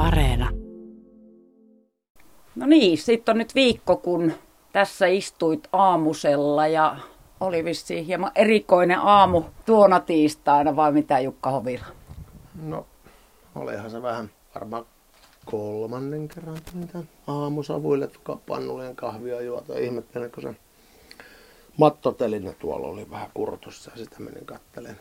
Areena. No niin, sitten on nyt viikko, kun tässä istuit aamusella ja oli vissiin hieman erikoinen aamu tuona tiistaina, vai mitä Jukka Hovila? No, olihan se vähän varmaan 3. kerran niitä aamusavuille pannujen kahvia juota. Ihmettelen, kun se mattoteline tuolla oli vähän kurtussa ja sitä menin katselemaan.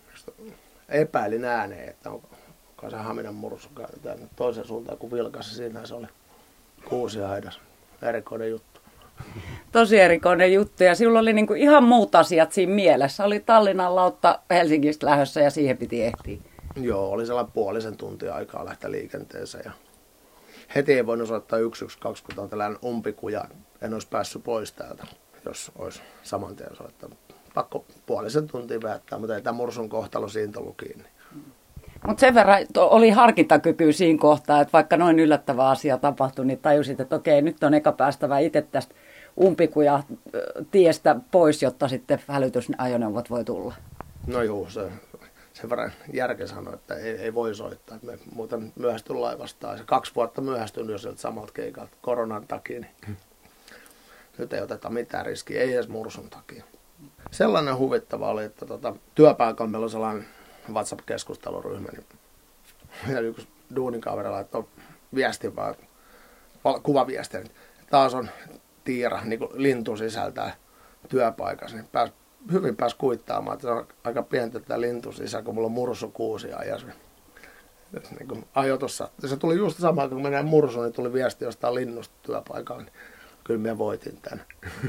Epäilin ääneen, että onko se Haminan mursu tänne toisen suuntaan, kun vilkasi. Siinä se oli kuusiaidas. Erikoinen juttu. Tosi erikoinen juttu, ja sinulla oli niinku ihan muut asiat siinä mielessä. Oli Tallinnan lautta Helsingistä lähdössä ja siihen piti ehtiä. Joo, oli sellainen puolisen tuntia aikaa lähteä liikenteeseen. Ja heti ei voinut soittaa 112, kun on tällainen umpikuja. En olisi päässyt pois täältä, jos olisi saman tien soittanut. Pakko puolisen tuntia väättää, mutta ei tämä mursun kohtalo siitä ollut kiinni. Mutta sen verran oli harkintakyky siinä kohtaa, että vaikka noin yllättävä asia tapahtui, niin tajusit, että okei, nyt on eka päästävä itse tästä umpikuja tiestä pois, jotta sitten hälytysajoneuvot voi tulla. No juu, sen verran järki sanoi, että ei voi soittaa. Me muuten myöhästyn laivastaan. Se 2 vuotta myöhästyn jo sieltä samalta keikalta koronan takia. Niin nyt ei oteta mitään riskiä, ei edes mursun takia. Sellainen huvittava oli, että työpaikalla meillä on sellainen WhatsApp-keskusteluryhmä. Ja yksi duunin kaveri laittoi viestin vaan, kuvaviestin. Taas on Tiira niin kuin lintu sisältää työpaikassa. Niin hyvin pääsi kuittaamaan, että se on aika pientä tämä lintu sisään, kun mulla on mursu 6 ajassa. Niin ajoitussa. Se tuli just samaan, kun menee mursuun, niin tuli viesti jostain linnusta työpaikalla. Niin kyllä minä voitin tämän.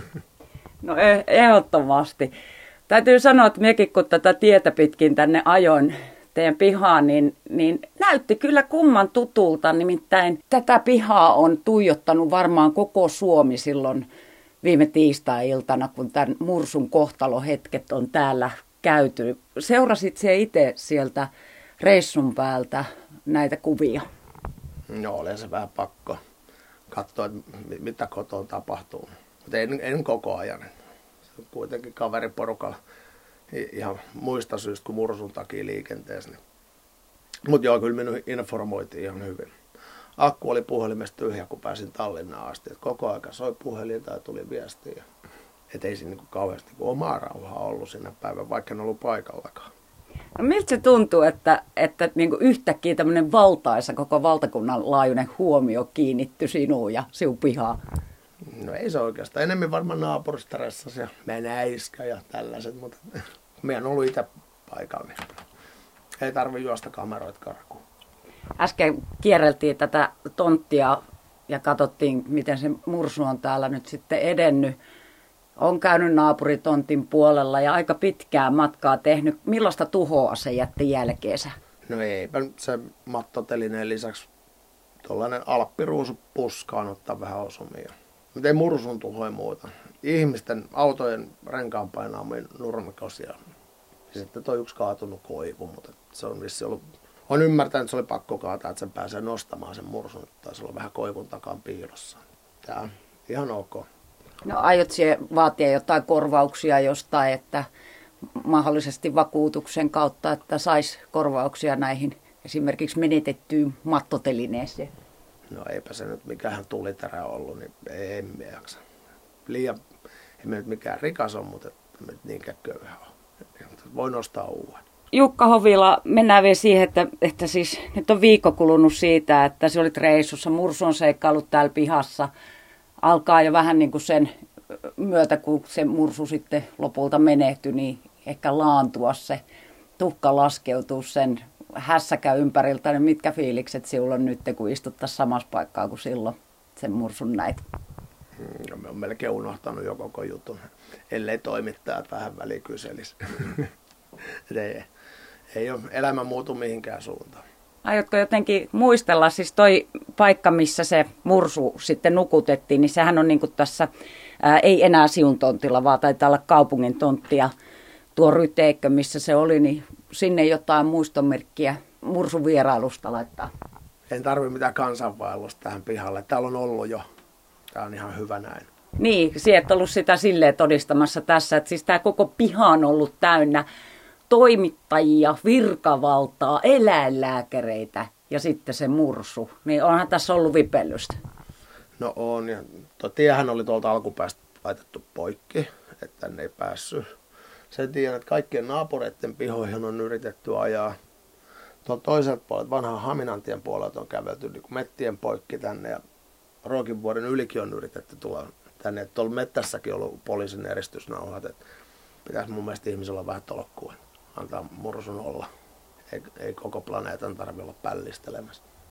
No ehdottomasti. Täytyy sanoa, että minäkin kun tätä tietä pitkin tänne ajoin teidän pihaan, niin näytti kyllä kumman tutulta. Nimittäin tätä pihaa on tuijottanut varmaan koko Suomi silloin viime tiistai-iltana, kun tämän mursun kohtalohetket on täällä käyty. Seurasit sinä itse sieltä reissun päältä näitä kuvia? No, oli se vähän pakko katsoa, mitä kotoa tapahtuu. Mutta en koko ajan. Se on kuitenkin kaveriporukalla ihan muista syystä kuin mursun takia liikenteessä. Mutta joo, kyllä minun informoitiin ihan hyvin. Akku oli puhelimesta tyhjä, kun pääsin Tallinnaan asti. Et koko aika soi puhelin tai tuli viestiä. Että ei siinä kauheasti omaa rauhaa ollut siinä päivän, vaikka en ollut paikallakaan. No miltä se tuntuu, että niin kuin yhtäkkiä tämmöinen valtaisa koko valtakunnan laajuinen huomio kiinnittyi sinuun ja sinun pihaan? No ei se oikeastaan. Enemmän varmaan naapuristressasi ja menäiskä ja tällaiset, mutta minä en ollut itse paikalla. Niin ei tarvitse juosta kameroita karkuun. Äsken kierreltiin tätä tonttia ja katsottiin, miten se mursu on täällä nyt sitten edennyt. On käynyt naapuritontin puolella ja aika pitkää matkaa tehnyt. Millaista tuhoa se jätti jälkeensä? No eipä se mattotelineen lisäksi tuollainen alppiruusupuska on ottaa vähän osumia. Mutta ei mursun tuhoi muuta. Ihmisten autojen renkaan painaamien nurmikosia. Ja sitten toi yksi kaatunut koivu, mutta se on vissi ollut. Olen ymmärtänyt, että se oli pakko kaataa, että sen pääsee nostamaan sen mursun. Taisi olla vähän koivun takaan piilossa. Tämä on ihan ok. No aiot siihen vaatia jotain korvauksia jostain, että mahdollisesti vakuutuksen kautta, että saisi korvauksia näihin esimerkiksi menetettyyn mattotelineeseen? No eipä se nyt mikään tuliterä ollut, niin ei jaksa. Liian, ei me nyt mikään rikas on, mutta ei niinkään köyhä ole. Voi nostaa uuden. Jukka Hovila, mennään vielä siihen, että siis nyt on viikko kulunut siitä, että se olit reissussa, mursu on seikkailut täällä pihassa. Alkaa jo vähän niin kuin sen myötä, kun se mursu sitten lopulta menehtyi, niin ehkä laantua se tuhka laskeutuu sen hässäkä ympäriltä. Niin mitkä fiilikset sinulla on nyt, kun istuttaisiin samassa paikkaa kuin silloin sen mursun näit? No, me on melkein unohtanut jo koko jutun, ellei toimittajat vähän väliin kyselisi. Ei ole elämä muutu mihinkään suuntaan. Aiotko jotenkin muistella, siis toi paikka, missä se mursu sitten nukutettiin, niin sehän on niin kuin tässä, ei enää sinun tontilla, vaan taitaa olla kaupungin tonttia. Tuo Ryteikkö, missä se oli, niin sinne jotain muistomerkkiä mursun vierailusta laittaa. En tarvitse mitään kansanvaellusta tähän pihalle. Täällä on ollut jo. Tämä on ihan hyvä näin. Niin, sinä et ollut sitä silleen todistamassa tässä, että siis tämä koko piha on ollut täynnä toimittajia, virkavaltaa, eläinlääkäreitä, ja sitten se mursu. Niin onhan tässä ollut vipellystä. No on, ja tuo tiehän oli tuolta alkupäästä laitettu poikki, että tänne ei päässyt. Sen tiedän, että kaikkien naapureiden pihoihin on yritetty ajaa. Tuolta toiselta puolelta, vanhan Haminantien puolelta on kävelty niin kuin mettien poikki tänne ja Ruokinvuoren ylikin on yritetty tulla tänne. Että tuolla mettässäkin on ollut poliisin eristysnauhat, että pitäisi mun mielestä ihmisellä olla vähän tolkkua, antaa mursun olla. Ei koko planeetan tarvitse olla pällistelemässä.